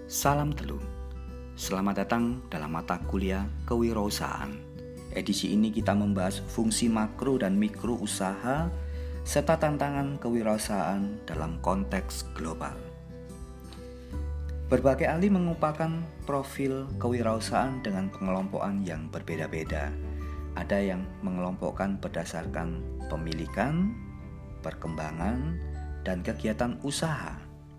Salam Telu. Selamat datang dalam mata kuliah kewirausahaan. Edisi ini kita membahas fungsi makro dan mikro usaha serta tantangan kewirausahaan dalam konteks global. Berbagai ahli mengupakan profil kewirausahaan dengan pengelompokan yang berbeda-beda. Ada yang mengelompokkan berdasarkan pemilikan, perkembangan, dan kegiatan usaha.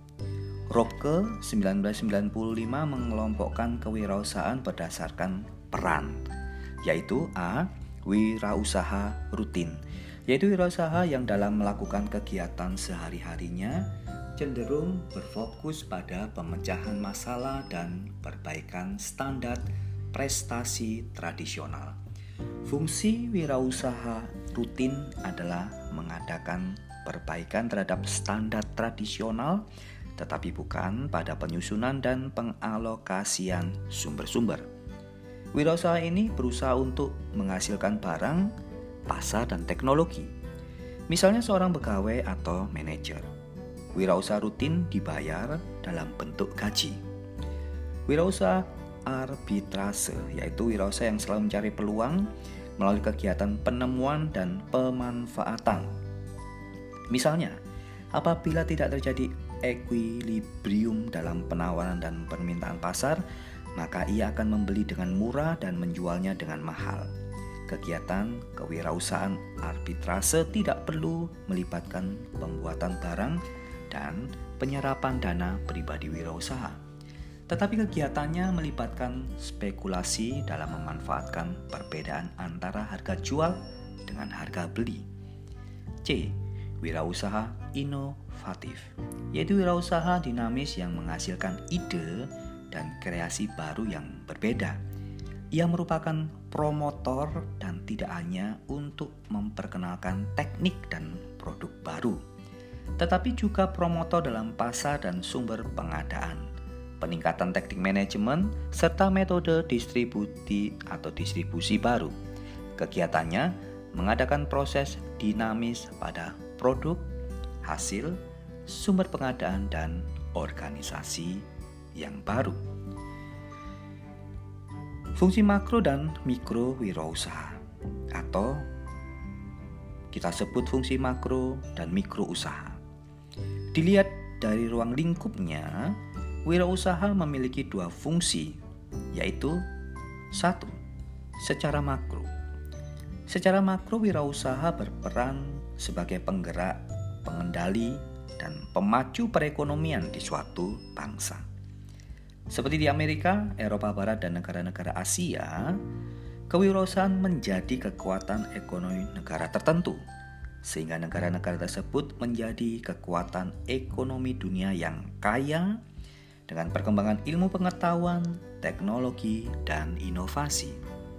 Robke 1995 mengelompokkan kewirausahaan berdasarkan peran, yaitu A. Wirausaha rutin, yaitu wirausaha yang dalam melakukan kegiatan sehari-harinya cenderung berfokus pada pemecahan masalah dan perbaikan standar prestasi tradisional. Fungsi wirausaha rutin adalah mengadakan perbaikan terhadap standar tradisional, tetapi bukan pada penyusunan dan pengalokasian sumber-sumber. Wirausaha ini berusaha untuk menghasilkan barang, pasar, dan teknologi. Misalnya seorang pegawai atau manajer. Wirausaha rutin dibayar dalam bentuk gaji. Wirausaha arbitrase, yaitu wirausaha yang selalu mencari peluang melalui kegiatan penemuan dan pemanfaatan. Misalnya, apabila tidak terjadi equilibrium dalam penawaran dan permintaan pasar, maka ia akan membeli dengan murah dan menjualnya dengan mahal. Kegiatan kewirausahaan arbitrase tidak perlu melibatkan pembuatan barang dan penyerapan dana pribadi wirausaha, tetapi kegiatannya melibatkan spekulasi dalam memanfaatkan perbedaan antara harga jual dengan harga beli. C. Wirausaha inovatif, yaitu wirausaha dinamis yang menghasilkan ide dan kreasi baru yang berbeda. Ia merupakan promotor dan tidak hanya untuk memperkenalkan teknik dan produk baru, tetapi juga promotor dalam pasar dan sumber pengadaan, peningkatan teknik manajemen, serta metode distribusi baru. Kegiatannya mengadakan proses dinamis pada produk, hasil, sumber pengadaan, dan organisasi yang baru. Fungsi makro dan mikro wirausaha, atau kita sebut fungsi makro dan mikro usaha. Dilihat dari ruang lingkupnya, wirausaha memiliki dua fungsi, yaitu 1. Secara makro. Secara makro, wirausaha berperan sebagai penggerak, pengendali, dan pemacu perekonomian di suatu bangsa. Seperti di Amerika, Eropa Barat, dan negara-negara Asia, kewirausahaan menjadi kekuatan ekonomi negara tertentu, sehingga negara-negara tersebut menjadi kekuatan ekonomi dunia yang kaya dengan perkembangan ilmu pengetahuan, teknologi, dan inovasi.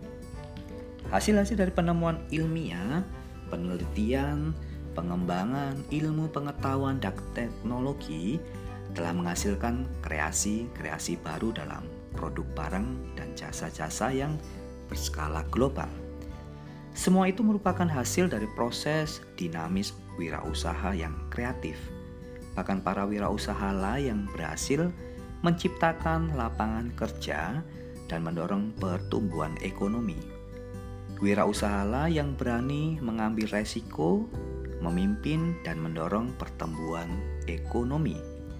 Hasil-hasil dari penemuan ilmiah, penelitian, pengembangan ilmu pengetahuan dan teknologi telah menghasilkan kreasi-kreasi baru dalam produk barang dan jasa-jasa yang berskala global. Semua itu merupakan hasil dari proses dinamis wirausaha yang kreatif. Bahkan para wirausahalah yang berhasil menciptakan lapangan kerja dan mendorong pertumbuhan ekonomi. Wirausahalah yang berani mengambil resiko, memimpin, dan mendorong pertumbuhan ekonomi.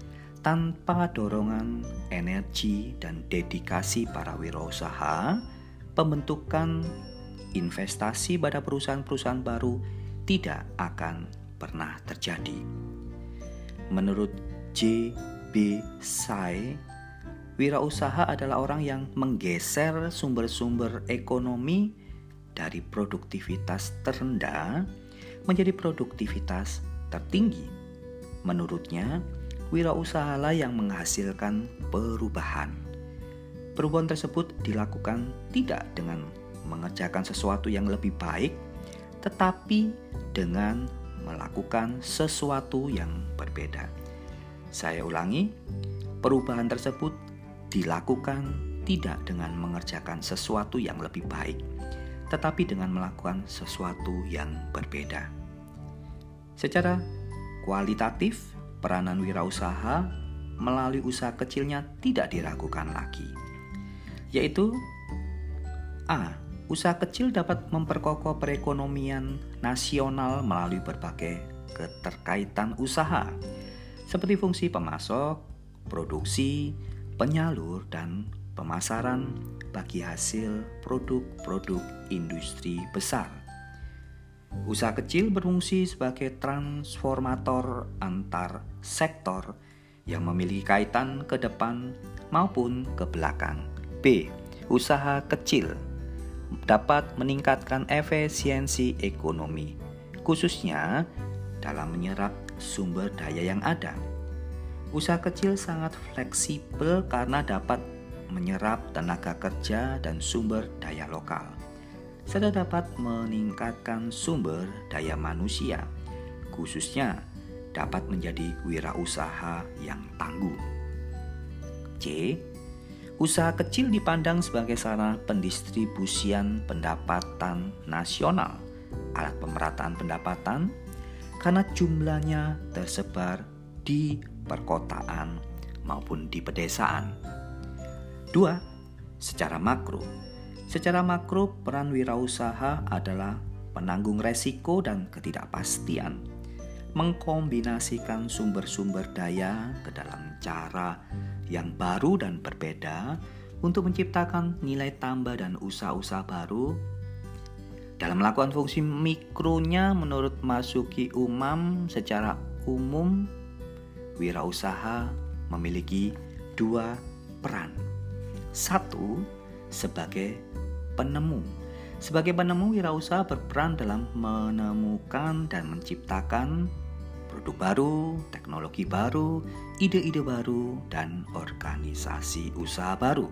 Tanpa dorongan, energi, dan dedikasi para wirausaha, pembentukan investasi pada perusahaan-perusahaan baru tidak akan pernah terjadi. Menurut J.B. Tsai, wirausaha adalah orang yang menggeser sumber-sumber ekonomi dari produktivitas terendah menjadi produktivitas tertinggi. Menurutnya, wirausahalah yang menghasilkan perubahan. Perubahan tersebut dilakukan tidak dengan mengerjakan sesuatu yang lebih baik, tetapi dengan melakukan sesuatu yang berbeda. Saya ulangi, perubahan tersebut dilakukan tidak dengan mengerjakan sesuatu yang lebih baik, tetapi dengan melakukan sesuatu yang berbeda. Secara kualitatif, peranan wirausaha melalui usaha kecilnya tidak diragukan lagi, yaitu A. Usaha kecil dapat memperkokoh perekonomian nasional melalui berbagai keterkaitan usaha, seperti fungsi pemasok, produksi, penyalur, dan pemasaran bagi hasil produk-produk industri besar. Usaha kecil berfungsi sebagai transformator antar sektor yang memiliki kaitan ke depan maupun ke belakang. B. Usaha kecil dapat meningkatkan efisiensi ekonomi, khususnya dalam menyerap sumber daya yang ada. Usaha kecil sangat fleksibel karena dapat menyerap tenaga kerja dan sumber daya lokal, serta dapat meningkatkan sumber daya manusia, khususnya dapat menjadi wirausaha yang tangguh. C. Usaha kecil dipandang sebagai sarana pendistribusian pendapatan nasional, alat pemerataan pendapatan, karena jumlahnya tersebar di perkotaan maupun di pedesaan. 2. Secara makro. Secara makro, peran wirausaha adalah penanggung resiko dan ketidakpastian, mengkombinasikan sumber-sumber daya ke dalam cara yang baru dan berbeda untuk menciptakan nilai tambah dan usaha-usaha baru. Dalam melakukan fungsi mikronya, menurut Marzuki Umam, secara umum wirausaha memiliki 2 peran. 1. Sebagai penemu. Sebagai penemu, wirausaha berperan dalam menemukan dan menciptakan produk baru, teknologi baru, ide-ide baru, dan organisasi usaha baru.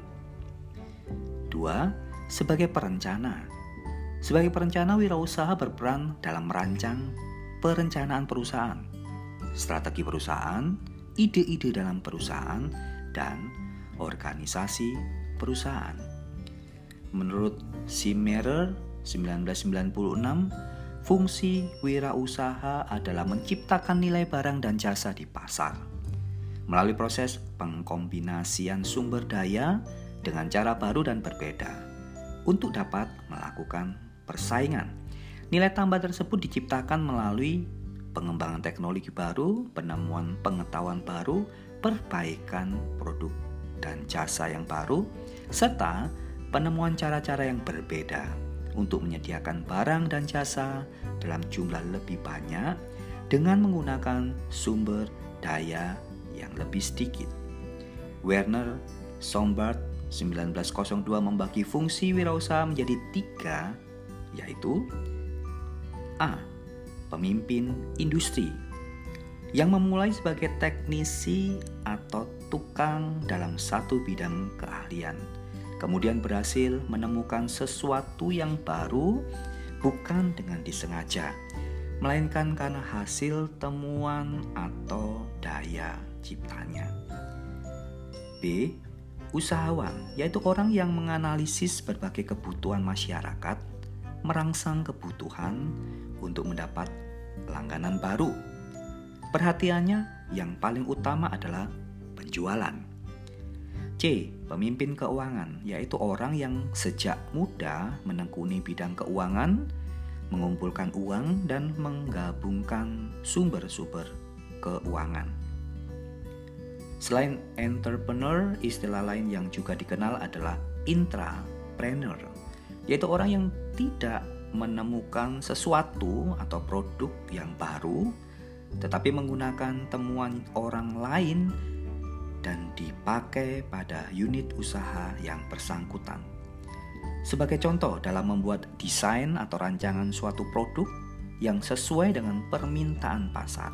2. Sebagai perencana. Sebagai perencana, wirausaha berperan dalam merancang perencanaan perusahaan, strategi perusahaan, ide-ide dalam perusahaan, dan organisasi perusahaan. Menurut Zimmerer 1996, fungsi wirausaha adalah menciptakan nilai barang dan jasa di pasar melalui proses pengkombinasian sumber daya dengan cara baru dan berbeda untuk dapat melakukan persaingan. Nilai tambah tersebut diciptakan melalui pengembangan teknologi baru, penemuan pengetahuan baru, perbaikan produk dan jasa yang baru, serta penemuan cara-cara yang berbeda untuk menyediakan barang dan jasa dalam jumlah lebih banyak dengan menggunakan sumber daya yang lebih sedikit. Werner Sombart 1902 membagi fungsi wirausaha menjadi 3, yaitu A. Pemimpin industri yang memulai sebagai teknisi atau tukang dalam satu bidang keahlian, kemudian berhasil menemukan sesuatu yang baru bukan dengan disengaja, melainkan karena hasil temuan atau daya ciptanya. B. Usahawan, yaitu orang yang menganalisis berbagai kebutuhan masyarakat, merangsang kebutuhan untuk mendapat langganan baru. Perhatiannya yang paling utama adalah penjualan. C. Pemimpin keuangan, yaitu orang yang sejak muda menekuni bidang keuangan, mengumpulkan uang dan menggabungkan sumber-sumber keuangan. Selain entrepreneur, istilah lain yang juga dikenal adalah intrapreneur, yaitu orang yang tidak menemukan sesuatu atau produk yang baru, tetapi menggunakan temuan orang lain dan dipakai pada unit usaha yang bersangkutan. Sebagai contoh, dalam membuat desain atau rancangan suatu produk yang sesuai dengan permintaan pasar.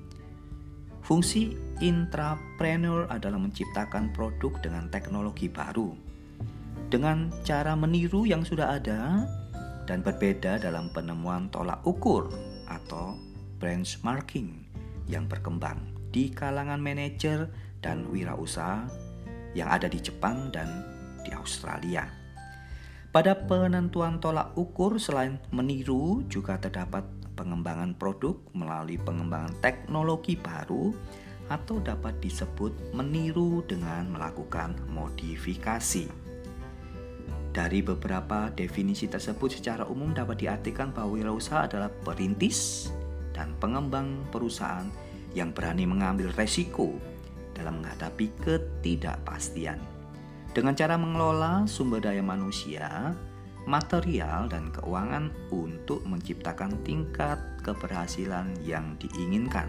Fungsi intrapreneur adalah menciptakan produk dengan teknologi baru, dengan cara meniru yang sudah ada, dan berbeda dalam penemuan tolak ukur atau benchmarking yang berkembang di kalangan manajer dan wirausaha yang ada di Jepang dan di Australia. Pada penentuan tolak ukur, selain meniru, juga terdapat pengembangan produk melalui pengembangan teknologi baru atau dapat disebut meniru dengan melakukan modifikasi. Dari beberapa definisi tersebut secara umum dapat diartikan bahwa wirausaha adalah perintis dan pengembang perusahaan yang berani mengambil resiko dalam menghadapi ketidakpastian. Dengan cara mengelola sumber daya manusia, material, dan keuangan untuk menciptakan tingkat keberhasilan yang diinginkan.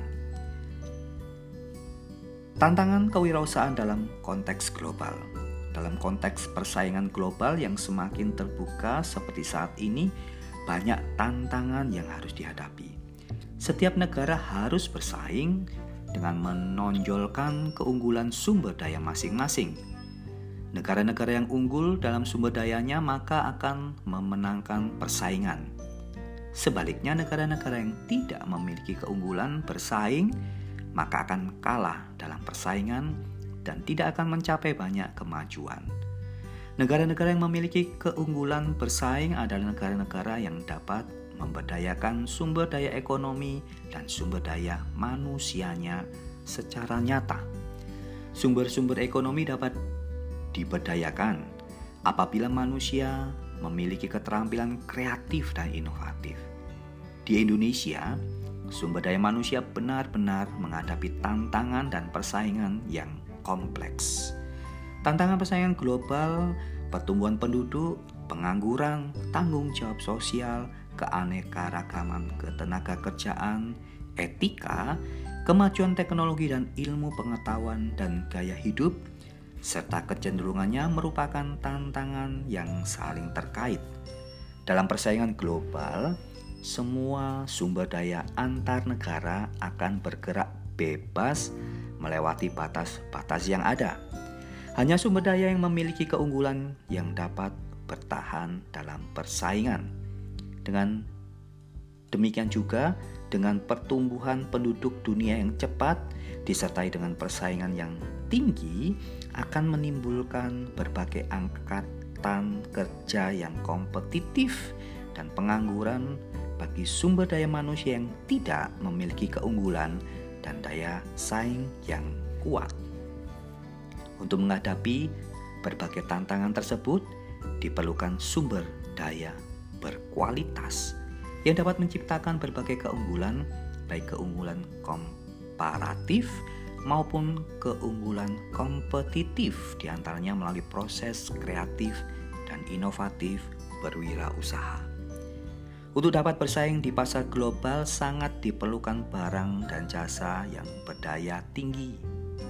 Tantangan kewirausahaan dalam konteks global. Dalam konteks persaingan global yang semakin terbuka seperti saat ini, banyak tantangan yang harus dihadapi. Setiap negara harus bersaing dengan menonjolkan keunggulan sumber daya masing-masing. Negara-negara yang unggul dalam sumber dayanya maka akan memenangkan persaingan. Sebaliknya, negara-negara yang tidak memiliki keunggulan bersaing maka akan kalah dalam persaingan dan tidak akan mencapai banyak kemajuan. Negara-negara yang memiliki keunggulan bersaing adalah negara-negara yang dapat memberdayakan sumber daya ekonomi dan sumber daya manusianya secara nyata. Sumber-sumber ekonomi dapat diberdayakan apabila manusia memiliki keterampilan kreatif dan inovatif. Di Indonesia, sumber daya manusia benar-benar menghadapi tantangan dan persaingan yang kompleks. Tantangan persaingan global, pertumbuhan penduduk, pengangguran, tanggung jawab sosial, keanekaragaman ketenagakerjaan, etika, kemajuan teknologi dan ilmu pengetahuan dan gaya hidup, serta kecenderungannya merupakan tantangan yang saling terkait. Dalam persaingan global, semua sumber daya antar negara akan bergerak bebas melewati batas-batas yang ada. Hanya sumber daya yang memiliki keunggulan yang dapat bertahan dalam persaingan. Dengan demikian juga, dengan pertumbuhan penduduk dunia yang cepat disertai dengan persaingan yang tinggi akan menimbulkan berbagai angkatan kerja yang kompetitif dan pengangguran bagi sumber daya manusia yang tidak memiliki keunggulan dan daya saing yang kuat. Untuk menghadapi berbagai tantangan tersebut, diperlukan sumber daya berkualitas yang dapat menciptakan berbagai keunggulan, baik keunggulan komparatif maupun keunggulan kompetitif, diantaranya melalui proses kreatif dan inovatif berwirausaha. Untuk dapat bersaing di pasar global sangat diperlukan barang dan jasa yang berdaya tinggi.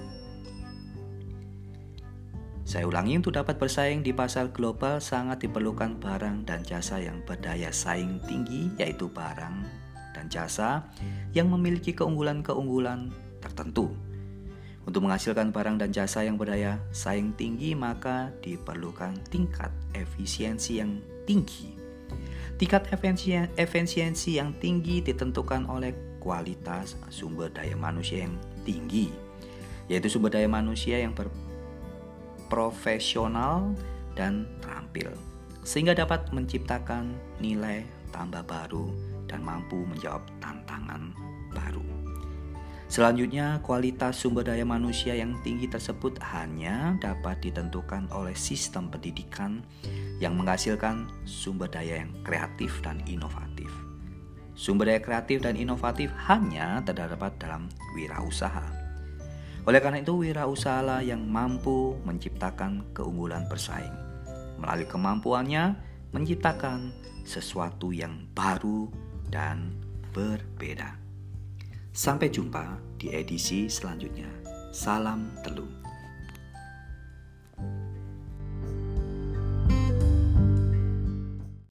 Saya ulangi, untuk dapat bersaing di pasar global sangat diperlukan barang dan jasa yang berdaya saing tinggi, yaitu barang dan jasa yang memiliki keunggulan-keunggulan tertentu. Untuk menghasilkan barang dan jasa yang berdaya saing tinggi, maka diperlukan tingkat efisiensi yang tinggi. Tingkat efisiensi yang tinggi ditentukan oleh kualitas sumber daya manusia yang tinggi, yaitu sumber daya manusia yang profesional dan terampil, sehingga dapat menciptakan nilai tambah baru dan mampu menjawab tantangan baru. Selanjutnya, kualitas sumber daya manusia yang tinggi tersebut hanya dapat ditentukan oleh sistem pendidikan yang menghasilkan sumber daya yang kreatif dan inovatif. Sumber daya kreatif dan inovatif hanya terdapat dalam wirausaha. Oleh karena itu, wirausaha yang mampu menciptakan keunggulan bersaing. Melalui kemampuannya menciptakan sesuatu yang baru dan berbeda. Sampai jumpa di edisi selanjutnya. Salam Telu.